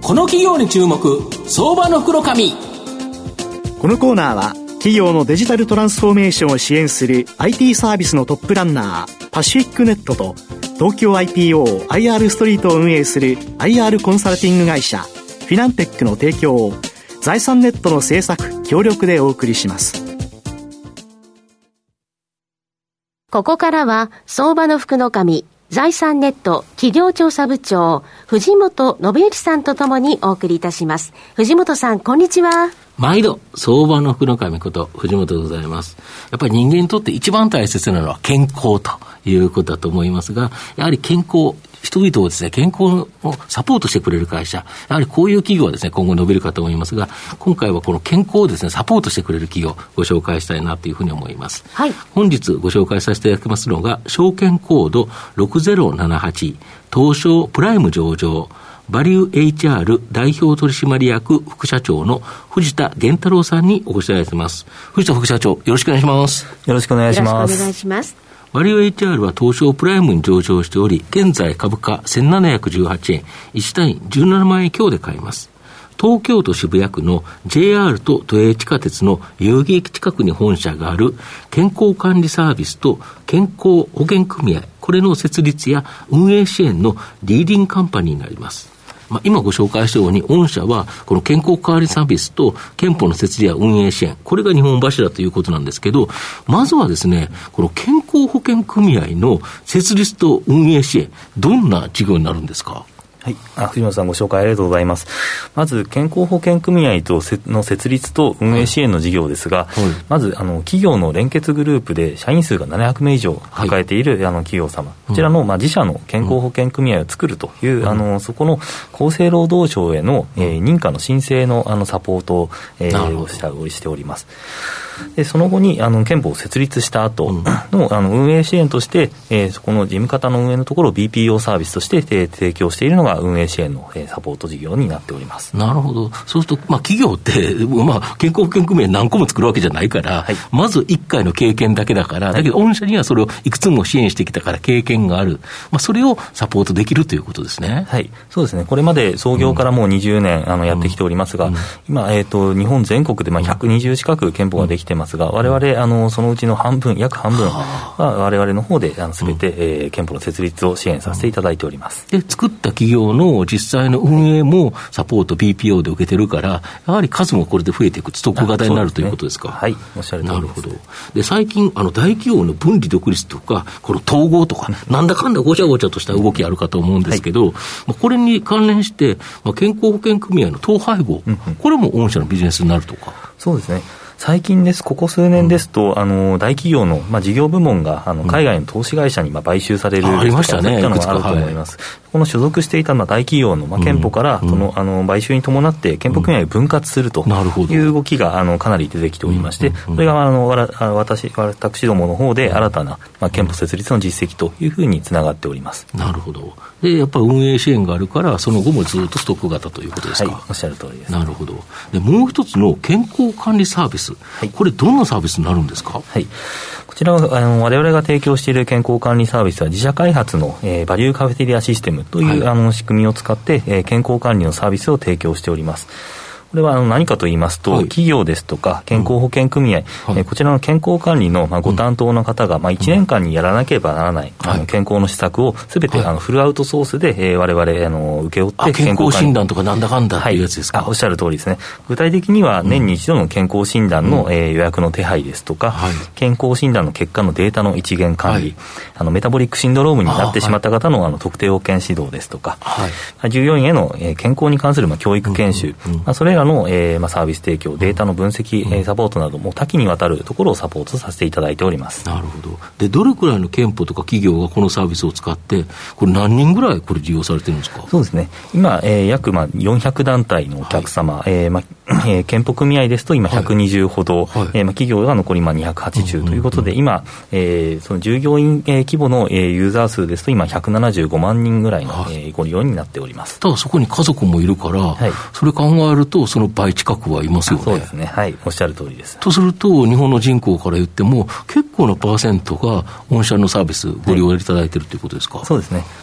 この企業に注目、相場の袋紙。 このコーナーは企業のデジタルトランスフォーメーションを支援する IT サービスのトップランナーパシフィックネットと東京 IPO IR ストリートを運営する IR コンサルティング会社フィナンテックの提供を財産ネットの制作協力でお送りします。 ここからは相場の福の神財産ネット企業調査部長藤本信之さんとともにお送りいたします。藤本さん、こんにちは。 毎度相場の福の神こと藤本でございます。やっぱり人間にとって一番大切なのは健康ということだと思いますが、やはり健康、人々をですね、健康をサポートしてくれる会社、やはりこういう企業はですね、今後伸びるかと思いますが、今回はこの健康をですね、サポートしてくれる企業をご紹介したいなというふうに思います。はい。本日ご紹介させていただきますのが、証券コード6078、東証プライム上場、バリュー HR 代表取締役副社長の藤田源太郎さんにお越しいただいています。藤田副社長、よろしくお願いします。 よろしくお願いします。 よろしくお願いします。 バリュー HR は東証プライムに上場しており、現在株価1718円、1単位17万円強で買えます。東京都渋谷区の JR と都営地下鉄の代々木駅近くに本社がある健康管理サービスと健康保険組合、これの設立や運営支援のリーディングカンパニーになります。今ご紹介したように、御社はこの健康管理サービスと憲法の設立や運営支援、これが日本柱ということなんですけど、まずはですね、この健康保険組合の設立と運営支援、どんな事業になるんですか？ はい、藤本さんご紹介ありがとうございます。まず健康保険組合の設立と運営支援の事業ですが、まず企業の連結グループで社員数が700名以上抱えている企業様、こちらの自社の健康保険組合を作るという、そこの厚生労働省への、認可の申請のサポートを、しております。でその後に憲法を設立した後の、運営支援として、そこの事務方の運営のところを BPO サービスとして、提供しているのが運営支援の、サポート事業になっております。 なるほど。そうすると、企業って、健康保険組合何個も作るわけじゃないから、はい、まず1回の経験だけだから、だけど御社にはそれをいくつも支援してきたから経験がある、それをサポートできるということですね。 はい、そうですね。これまで創業からもう20年、やってきておりますが、今、日本全国で120近く憲法ができてますが、我々そのうちの約半分は我々の方で全て、憲法の設立を支援させていただいております。 で作った企業の実際の運営もサポート BPO で受けてるから、やはり数もこれで増えていく、ストック型になるということですか？ はい、おっしゃる通りです。 なるほど。で最近大企業の分離独立とかこの統合とかなんだかんだごちゃごちゃとした動きあるかと思うんですけど、これに関連して、健康保険組合の統廃合、これも御社のビジネスになるとか？ そうですね。最近です、ここ数年ですと、大企業の、事業部門が海外の投資会社に買収されるありましたね。 そういったのがあると思います。この所属していた大企業の憲法からその買収に伴って健保組合を分割するという動きがかなり出てきておりまして、それが私どもの方で新たな憲法設立の実績というふうにつながっております。 なるほど。でやっぱり運営支援があるからその後もずっとストック型ということですか？ はい、おっしゃる通りです。 なるほど。でもう一つの健康管理サービス、これどんなサービスになるんですか？ はい、こちらは我々が提供している健康管理サービスは自社開発の、バリューカフェテリアシステムという、仕組みを使って、健康管理のサービスを提供しております。これは何かと言いますと、企業ですとか健康保険組合、こちらの健康管理のご担当の方が1年間にやらなければならない健康の施策をすべてフルアウトソースで我々請け負って健康診断とかなんだかんだっていうやつですか？ おっしゃる通りですね。具体的には年に一度の健康診断の予約の手配ですとか、健康診断の結果のデータの一元管理、メタボリックシンドロームになってしまった方の特定保険指導ですとか、従業員への健康に関する教育研修、それらのサービス提供、データの分析、サポートなども多岐にわたるところをサポートさせていただいております。 なるほど。でどれくらいの健保とか企業がこのサービスを使ってこれ何人ぐらいこれ利用されてるんですか？ そうですね。今、約400団体のお客様、健保組合ですと今120ほど、企業が残り280ということで、今、その従業員、規模の、ユーザー数ですと今175万人ぐらいの、ご利用になっております。 ただそこに家族もいるから、それ考えるとその倍近くはいますよね。 そうですね。はい、おっしゃる通りです。 とすると日本の人口から言っても結構なパーセントが御社のサービスご利用いただいているということですか？ そうですね。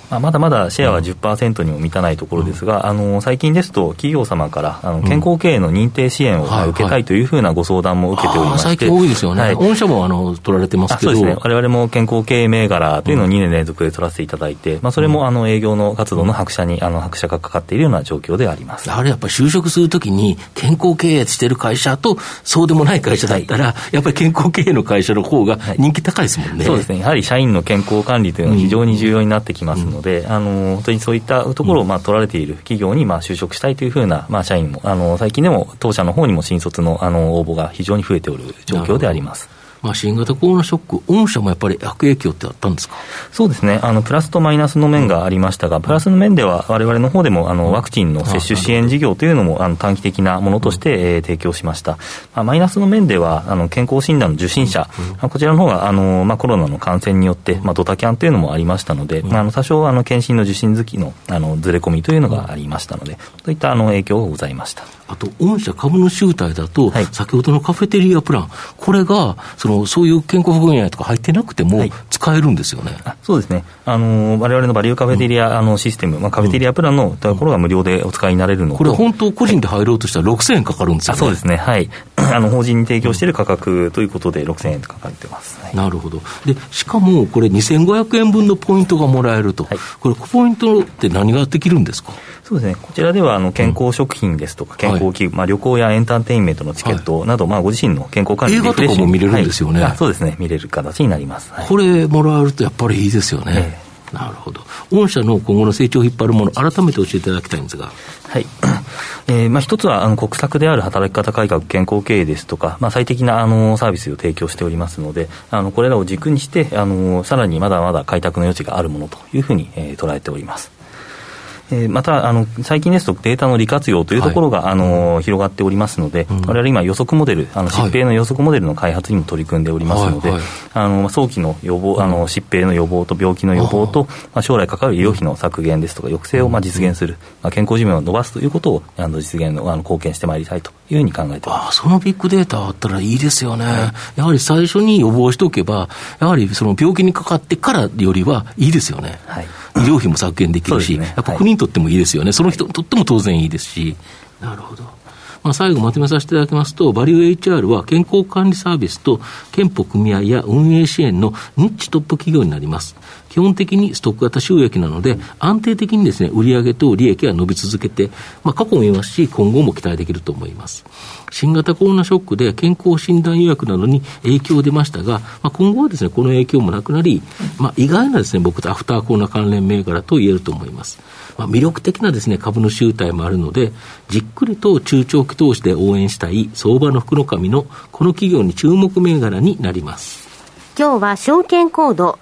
まだまだシェアは 10% にも満たないところですが、最近ですと企業様から健康経営の認定支援を受けたいというふうなご相談も受けておりまして、 最近多いですよね、御社も取られてますけど。 そうですね、我々も健康経営銘柄というのを2年連続で取らせていただいて、それも営業の活動の拍車がかかっているような状況であります。 やはり就職するときに健康経営してる会社とそうでもない会社だったら、やっぱり健康経営の会社の方が人気高いですもんね。 そうですね、やはり社員の健康管理というのは非常に重要になってきますので、本当にそういったところを取られている企業に就職したいというふうな社員も最近でも当社の方にも新卒の応募が非常に増えておる状況であります。 新型コロナショック、御社もやっぱり悪影響ってあったんですか？ そうですね、プラスとマイナスの面がありましたが、プラスの面では我々の方でもワクチンの接種支援事業というのも短期的なものとして、提供しました。マイナスの面では健康診断の受診者、こちらの方がコロナの感染によってドタキャンというのもありましたので、多少検診の受診月のずれ込みというのがありましたので、そういった影響がございました。 あと御社株主優待だと、先ほどのカフェテリアプラン、これがそういう健康保険やとか入ってなくても使えるんですよね。 そうですね、我々のバリューカフェテリアシステム、カフェテリアプランのところが無料でお使いになれるのと、 これ本当個人で入ろうとしたら6000円かかるんですよね。 そうですね、はい、法人に提供している価格ということで6000円かかってます、 なるほど。でしかもこれ2500円分のポイントがもらえると、これポイントって何ができるんですか？ そうですね、こちらでは健康食品ですとか健康器具、旅行やエンターテインメントのチケットなど、ご自身の健康管理、 映画とかも見れるんですよね。 そうですね、見れる形になります、 これもらえるとやっぱりいいですよね、なるほど。御社の今後の成長を引っ張るもの、改めて教えていただきたいんですが。 はい、一つは国策である働き方改革、健康経営ですとか、最適なサービスを提供しておりますので、これらを軸にしてさらにまだまだ開拓の余地があるものというふうに、捉えております。また最近ですとデータの利活用というところが、広がっておりますので、我々今予測モデル、疾病の予測モデルの開発にも取り組んでおりますので、早期の予防、疾病の予防と病気の予防と、将来かかる医療費の削減ですとか抑制を実現する、健康寿命を伸ばすということを実現の貢献してまいりたいというふうに考えております。 そのビッグデータあったらいいですよね、やはり最初に予防しておけば、やはりその病気にかかってからよりはいいですよね、医療費も削減できるし、やっぱ国にとってもいいですよね、その人にとっても当然いいですし。なるほど。最後まとめさせていただきますと、バリュー HR は健康管理サービスと健保組合や運営支援のニッチトップ企業になります。基本的にストック型収益なので、安定的にですね、売上と利益が伸び続けて、過去も見ますし、今後も期待できると思います。新型コロナショックで健康診断予約などに影響出ましたが、今後はですね、この影響もなくなり、意外なですね、僕とアフターコロナ関連銘柄と言えると思います。魅力的なですね、株主優待もあるので、じっくりと中長期投資で応援したい相場の福の神のこの企業に注目銘柄になります。 今日は証券コード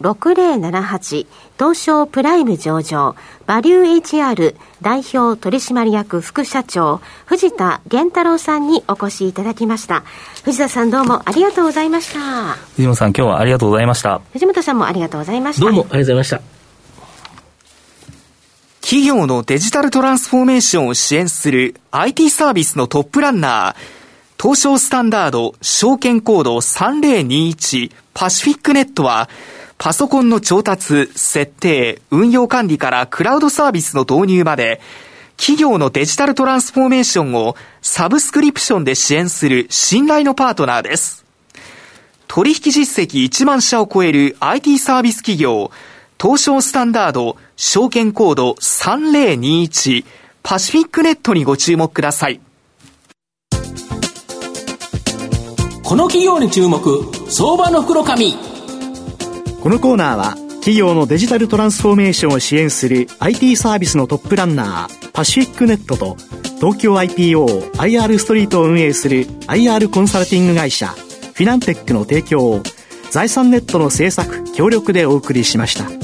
6078東証プライム上場バリュー HR 代表取締役副社長藤田源太郎さんにお越しいただきました。藤田さん、どうもありがとうございました。 藤本さん、今日はありがとうございました。 藤本さんもありがとうございました。 どうもありがとうございました。 企業のデジタルトランスフォーメーションを支援する IT サービスのトップランナー、東証スタンダード証券コード3021パシフィックネットは、パソコンの調達、設定、運用管理からクラウドサービスの導入まで、企業のデジタルトランスフォーメーションをサブスクリプションで支援する信頼のパートナーです。取引実績1万社を超える IT サービス企業、東証スタンダード証券コード3021パシフィックネットにご注目ください。 この企業に注目、相場の福の神。 このコーナーは企業のデジタルトランスフォーメーションを支援する IT サービスのトップランナーパシフィックネットと、東京 IPO、IR ストリートを運営する IR コンサルティング会社フィナンテックの提供を財産ネットの制作協力でお送りしました。